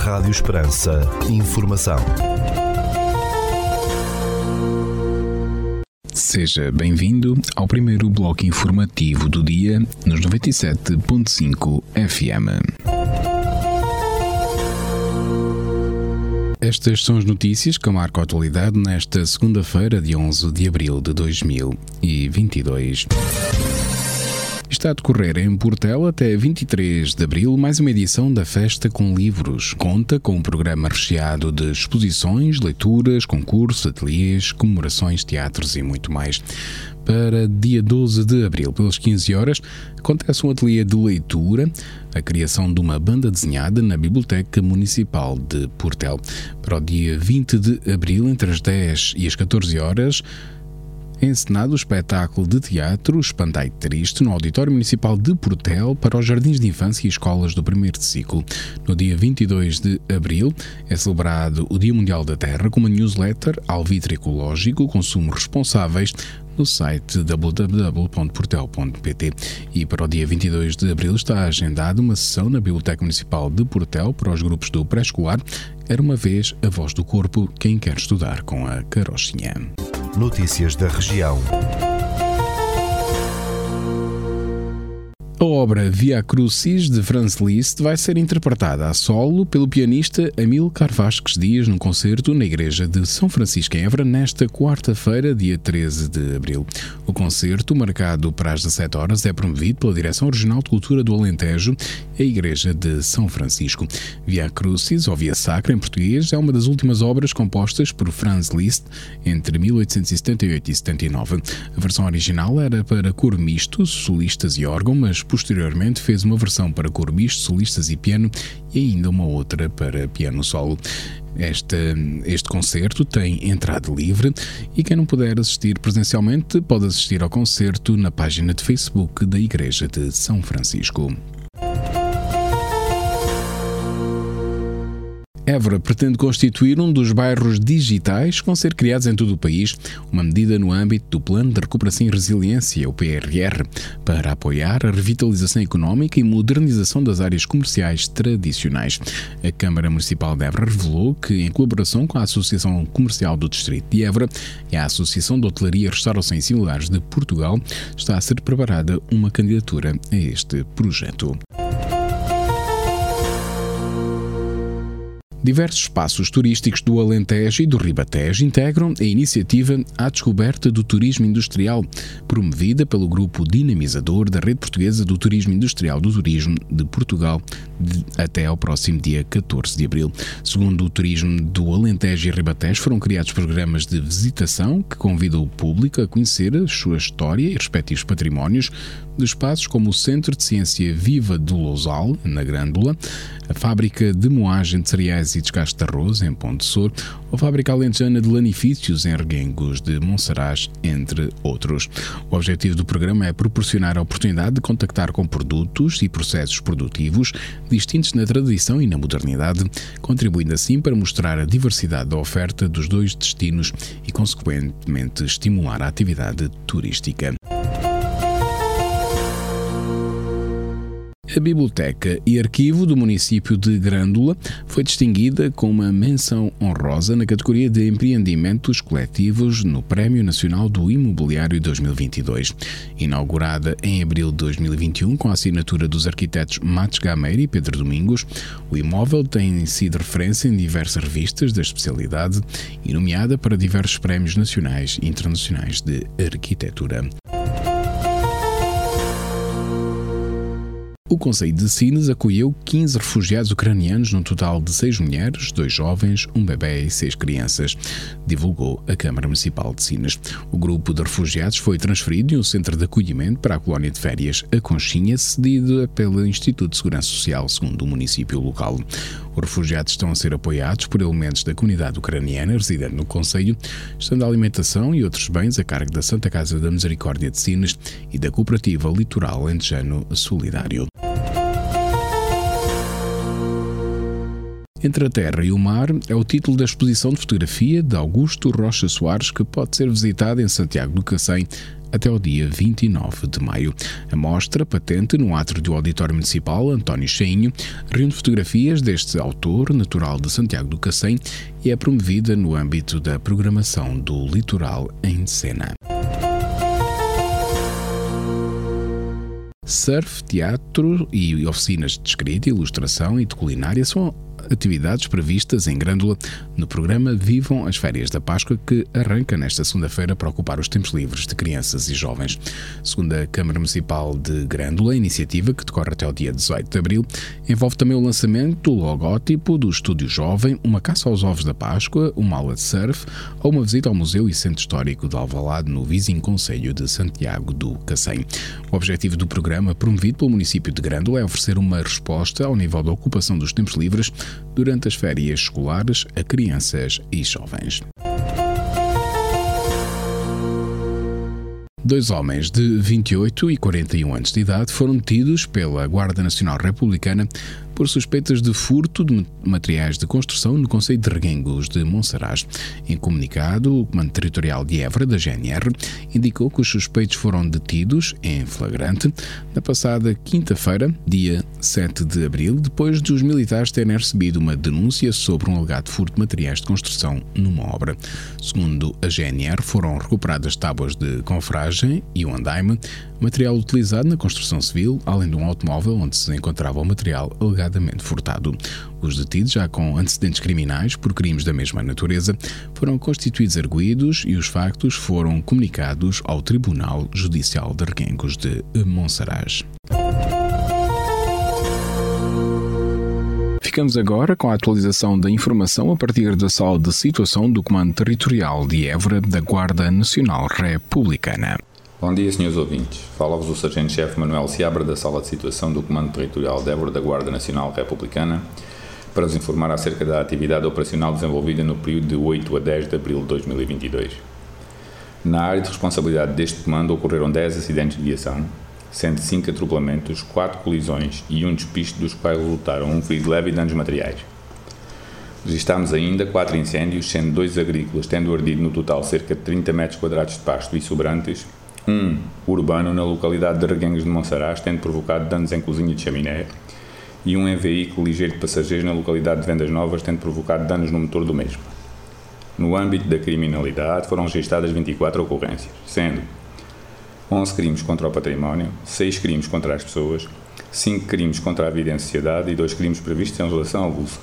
Rádio Esperança. Informação. Seja bem-vindo ao primeiro bloco informativo do dia nos 97.5 FM. Estas são as notícias que marcam a atualidade nesta segunda-feira, de 11 de abril de 2022. Está a decorrer em Portela até 23 de abril mais uma edição da Festa com Livros. Conta com um programa recheado de exposições, leituras, concursos, ateliês, comemorações, teatros e muito mais. Para dia 12 de abril, pelas 15 horas, acontece um ateliê de leitura, a criação de uma banda desenhada na Biblioteca Municipal de Portel. Para o dia 20 de abril, entre as 10 e as 14 horas, é encenado o espetáculo de teatro Espantai Triste no Auditório Municipal de Portel para os jardins de infância e escolas do primeiro ciclo. No dia 22 de abril é celebrado o Dia Mundial da Terra com uma newsletter Alvitre Ecológico, Consumo Responsáveis, no site www.portel.pt. E para o dia 22 de abril está agendada uma sessão na Biblioteca Municipal de Portel para os grupos do pré-escolar Era uma vez a Voz do Corpo, quem quer estudar com a Carochinha. Notícias da região. A obra Via Crucis de Franz Liszt vai ser interpretada a solo pelo pianista Amílcar Vasques Dias num concerto na Igreja de São Francisco em Évora nesta quarta-feira, dia 13 de abril. O concerto, marcado para as 17 horas, é promovido pela Direção Regional de Cultura do Alentejo e a Igreja de São Francisco. Via Crucis, ou Via Sacra em português, é uma das últimas obras compostas por Franz Liszt entre 1878 e 79. A versão original era para coro misto, solistas e órgão, mas posteriormente fez uma versão para coro misto, solistas e piano e ainda uma outra para piano solo. Este concerto tem entrada livre e quem não puder assistir presencialmente pode assistir ao concerto na página de Facebook da Igreja de São Francisco. Évora pretende constituir um dos bairros digitais que vão ser criados em todo o país, uma medida no âmbito do Plano de Recuperação e Resiliência, o PRR, para apoiar a revitalização económica e modernização das áreas comerciais tradicionais. A Câmara Municipal de Évora revelou que, em colaboração com a Associação Comercial do Distrito de Évora e a Associação de Hotelaria, Restauração e Similares de Portugal, está a ser preparada uma candidatura a este projeto. Diversos espaços turísticos do Alentejo e do Ribatejo integram a iniciativa À Descoberta do Turismo Industrial, promovida pelo Grupo Dinamizador da Rede Portuguesa do Turismo Industrial do Turismo de Portugal até ao próximo dia 14 de abril. Segundo o Turismo do Alentejo e Ribatejo, foram criados programas de visitação que convidam o público a conhecer a sua história e respectivos patrimónios de espaços como o Centro de Ciência Viva do Lousal, na Grândola, a Fábrica de Moagem de Cereais e Descasque de Arroz, em Ponte Sor, ou a Fábrica Alentejana de Lanifícios, em Reguengos de Monsaraz, entre outros. O objetivo do programa é proporcionar a oportunidade de contactar com produtos e processos produtivos distintos na tradição e na modernidade, contribuindo assim para mostrar a diversidade da oferta dos dois destinos e, consequentemente, estimular a atividade turística. A Biblioteca e Arquivo do município de Grândola foi distinguida com uma menção honrosa na categoria de empreendimentos coletivos no Prémio Nacional do Imobiliário 2022. Inaugurada em abril de 2021 com a assinatura dos arquitetos Matos Gameira e Pedro Domingos, o imóvel tem sido referência em diversas revistas da especialidade e nomeada para diversos prémios nacionais e internacionais de arquitetura. O Concelho de Sines acolheu 15 refugiados ucranianos, num total de 6 mulheres, 2 jovens, um bebê e 6 crianças, divulgou a Câmara Municipal de Sines. O grupo de refugiados foi transferido de um centro de acolhimento para a colónia de férias A Conchinha, cedida pelo Instituto de Segurança Social, segundo o município local. Os refugiados estão a ser apoiados por elementos da comunidade ucraniana residente no concelho, estando a alimentação e outros bens a cargo da Santa Casa da Misericórdia de Sines e da Cooperativa Litoral Alentejano Solidário. Entre a Terra e o Mar é o título da exposição de fotografia de Augusto Rocha Soares, que pode ser visitada em Santiago do Cacém até ao dia 29 de maio. A mostra, patente no átrio do Auditório Municipal António Cheinho, reúne fotografias deste autor natural de Santiago do Cacém e é promovida no âmbito da programação do Litoral em Cena. Surf, teatro e oficinas de escrita, ilustração e de culinária são atividades previstas em Grândola no programa Vivam as Férias da Páscoa, que arranca nesta segunda-feira para ocupar os tempos livres de crianças e jovens. Segundo a Câmara Municipal de Grândola, a iniciativa, que decorre até ao dia 18 de abril, envolve também o lançamento do logótipo do Estúdio Jovem, uma caça aos ovos da Páscoa, uma aula de surf ou uma visita ao Museu e Centro Histórico de Alvalade, no vizinho concelho de Santiago do Cacém. O objetivo do programa, promovido pelo município de Grândola, é oferecer uma resposta ao nível da ocupação dos tempos livres durante as férias escolares a crianças e jovens. 2 homens de 28 e 41 anos de idade foram detidos pela Guarda Nacional Republicana por suspeitas de furto de materiais de construção no concelho de Reguengos de Monsaraz. Em comunicado, o Comando Territorial de Évora, da GNR, indicou que os suspeitos foram detidos em flagrante na passada quinta-feira, dia 7 de abril, depois de os militares terem recebido uma denúncia sobre um alegado furto de materiais de construção numa obra. Segundo a GNR, foram recuperadas tábuas de confragem e um andaime, material utilizado na construção civil, além de um automóvel onde se encontrava o material alegadamente furtado. Os detidos, já com antecedentes criminais por crimes da mesma natureza, foram constituídos arguidos e os factos foram comunicados ao Tribunal Judicial de Reguengos de Monsaraz. Ficamos agora com a atualização da informação a partir da sala de situação do Comando Territorial de Évora da Guarda Nacional Republicana. Bom dia, senhores ouvintes. Fala-vos o Sargento-Chefe Manuel Seabra da Sala de Situação do Comando Territorial de Évora da Guarda Nacional Republicana para vos informar acerca da atividade operacional desenvolvida no período de 8 a 10 de abril de 2022. Na área de responsabilidade deste comando ocorreram 10 acidentes de viação, sendo 5 atropelamentos, 4 colisões e um despiste, dos quais resultaram um ferido leve e danos materiais. Registámos ainda 4 incêndios, sendo 2 agrícolas, tendo ardido no total cerca de 30 metros quadrados de pasto e sobrantes, um urbano na localidade de Reguengos de Monsaraz, tendo provocado danos em cozinha de chaminé, e um em veículo ligeiro de passageiros na localidade de Vendas Novas, tendo provocado danos no motor do mesmo. No âmbito da criminalidade foram registadas 24 ocorrências, sendo 11 crimes contra o património, 6 crimes contra as pessoas, 5 crimes contra a vida em sociedade e 2 crimes previstos em relação ao uso.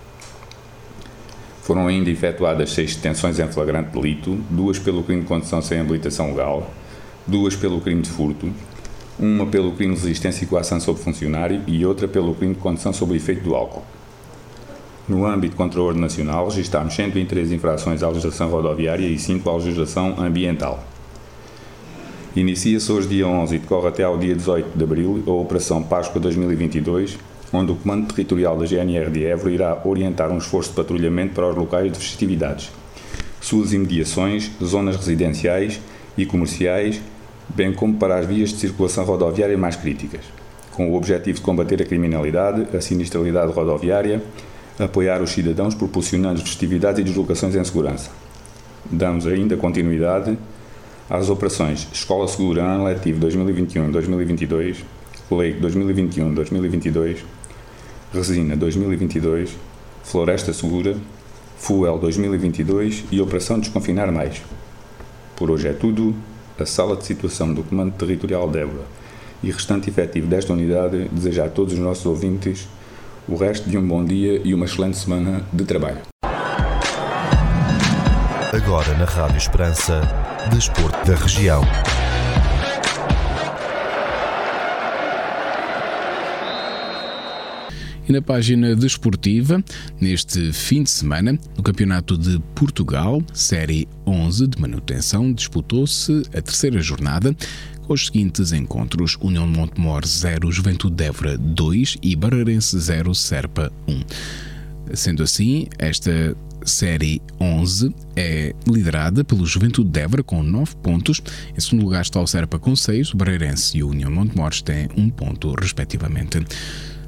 Foram ainda efetuadas 6 detenções em flagrante delito, 2 pelo crime de condução sem habilitação legal, 2 pelo crime de furto, uma pelo crime de resistência e coação sobre funcionário e outra pelo crime de condução sob o efeito do álcool. No âmbito contra a ordem nacional, registámos 123 infrações à legislação rodoviária e 5 à legislação ambiental. Inicia-se hoje dia 11 e decorre até ao dia 18 de abril a Operação Páscoa 2022, onde o Comando Territorial da GNR de Évora irá orientar um esforço de patrulhamento para os locais de festividades, suas imediações, zonas residenciais e comerciais, bem como para as vias de circulação rodoviária mais críticas, com o objetivo de combater a criminalidade, a sinistralidade rodoviária, apoiar os cidadãos proporcionando festividades e deslocações em segurança. Damos ainda continuidade às operações Escola Segura Ano Letivo 2021-2022, Leite 2021-2022, Resina 2022, Floresta Segura, Fuel 2022 e Operação Desconfinar Mais. Por hoje é tudo. A Sala de Situação do Comando Territorial de Évora e restante efetivo desta unidade deseja a todos os nossos ouvintes o resto de um bom dia e uma excelente semana de trabalho. Agora na Rádio Esperança, Desporto da Região. E na página desportiva, neste fim de semana, no Campeonato de Portugal, Série 11 de manutenção, disputou-se a terceira jornada, com os seguintes encontros: União de Montemor 0, Juventude de Évora 2 e Barreirense 0, Serpa 1. Sendo assim, esta Série 11 é liderada pelo Juventude de Évora com 9 pontos. Em segundo lugar está o Serpa com 6, o Barreirense e o União de Montemor têm 1 ponto, respectivamente.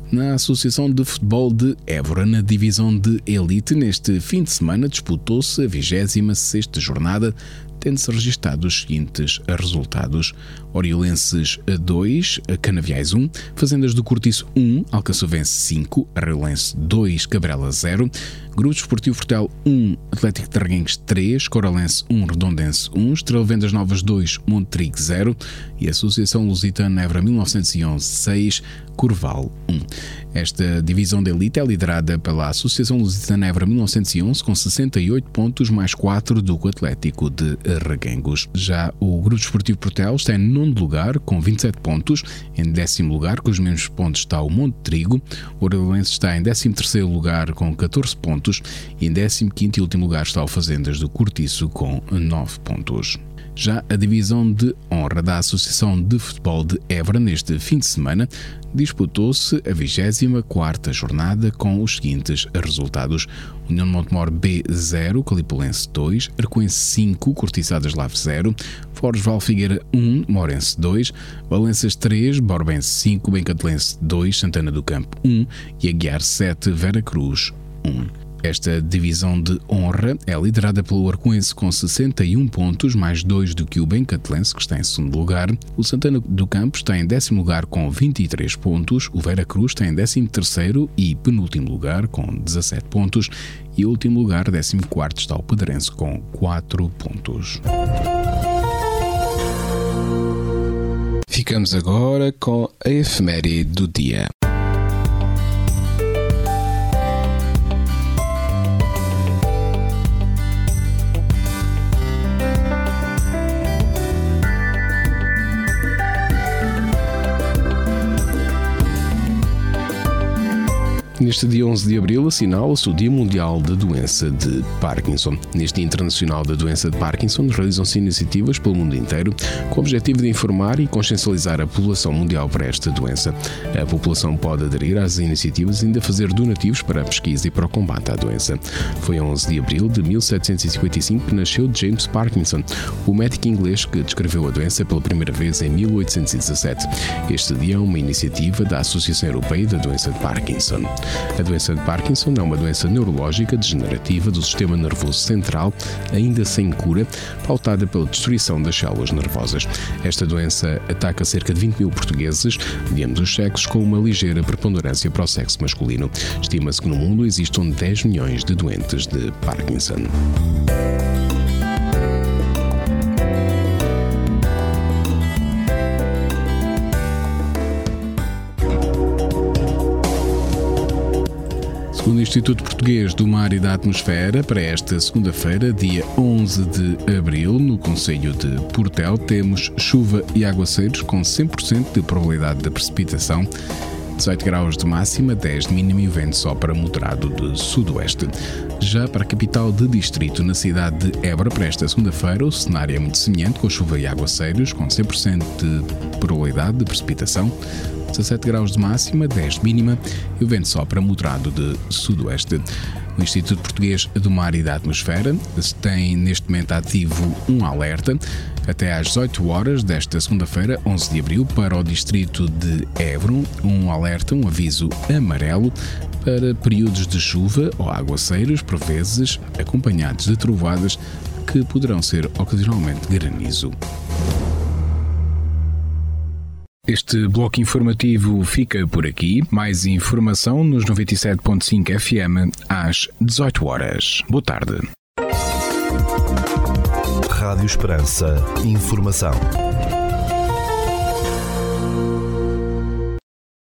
Na Associação de Futebol de Évora, na divisão de elite, neste fim de semana disputou-se a 26ª jornada, tendo-se registado os seguintes resultados: Oriolenses 2, Canaviais 1, Fazendas do Cortiço 1, Alcaçovense 5, Arreolense 2, Cabrela 0, Grupo Desportivo Fortel 1, Atlético de Reguengos 3, Coralense 1, Redondense 1, Estrela Vendas Novas 2, Montrigue 0 e Associação Lusitana Évora 1911 6, Curval 1. Esta divisão de elite é liderada pela Associação Lusitana Évora 1911 com 68 pontos, mais 4 do que o Atlético de Reguengos. Já o Grupo Desportivo Portel está em 9º lugar com 27 pontos. Em 10º lugar, com os mesmos pontos, está o Monte Trigo. O Orelhense está em 13º lugar com 14 pontos e em 15º e último lugar está o Fazendas do Cortiço com 9 pontos. Já a divisão de honra da Associação de Futebol de Évora, neste fim de semana, disputou-se a 24ª jornada com os seguintes resultados: União de Montemor B 0, Calipulense 2, Arcoense 5, Cortiçadas Lave 0, Foros Val Figueira 1, Morense 2, Valenças 3, Borbense 5, Bencatelense 2, Santana do Campo 1 e Aguiar 7, Vera Cruz 1. Esta divisão de honra é liderada pelo Arcoense com 61 pontos, mais 2 do que o Bencatelense, que está em 2º lugar. O Santana do Campo está em 10º lugar com 23 pontos. O Vera Cruz está em 13º e penúltimo lugar com 17 pontos. E em último lugar, 14º, está o Pedrense com 4 pontos. Ficamos agora com a efeméride do dia. Neste dia 11 de abril assinala-se o Dia Mundial da Doença de Parkinson. Neste Dia Internacional da Doença de Parkinson realizam-se iniciativas pelo mundo inteiro com o objetivo de informar e consciencializar a população mundial para esta doença. A população pode aderir às iniciativas e ainda fazer donativos para a pesquisa e para o combate à doença. Foi a 11 de abril de 1755 que nasceu James Parkinson, o médico inglês que descreveu a doença pela primeira vez em 1817. Este dia é uma iniciativa da Associação Europeia da Doença de Parkinson. A doença de Parkinson é uma doença neurológica degenerativa do sistema nervoso central, ainda sem cura, pautada pela destruição das células nervosas. Esta doença ataca cerca de 20 mil portugueses de ambos os sexos, com uma ligeira preponderância para o sexo masculino. Estima-se que no mundo existam 10 milhões de doentes de Parkinson. Segundo o Instituto Português do Mar e da Atmosfera, para esta segunda-feira, dia 11 de abril, no concelho de Portel, temos chuva e aguaceiros com 100% de probabilidade de precipitação, 18 graus de máxima, 10 de mínima e o vento sopra moderado de sudoeste. Já para a capital de distrito, na cidade de Évora, para esta segunda-feira, o cenário é muito semelhante, com chuva e aguaceiros, com 100% de probabilidade de precipitação, 17 graus de máxima, 10 de mínima e o vento sopra moderado de sudoeste. O Instituto Português do Mar e da Atmosfera tem neste momento ativo um alerta até às 18 horas desta segunda-feira, 11 de abril, para o distrito de Évora, um alerta, um aviso amarelo para períodos de chuva ou aguaceiros, por vezes acompanhados de trovoadas que poderão ser ocasionalmente granizo. Este bloco informativo fica por aqui. Mais informação nos 97.5 FM às 18 horas. Boa tarde. Rádio Esperança. Informação.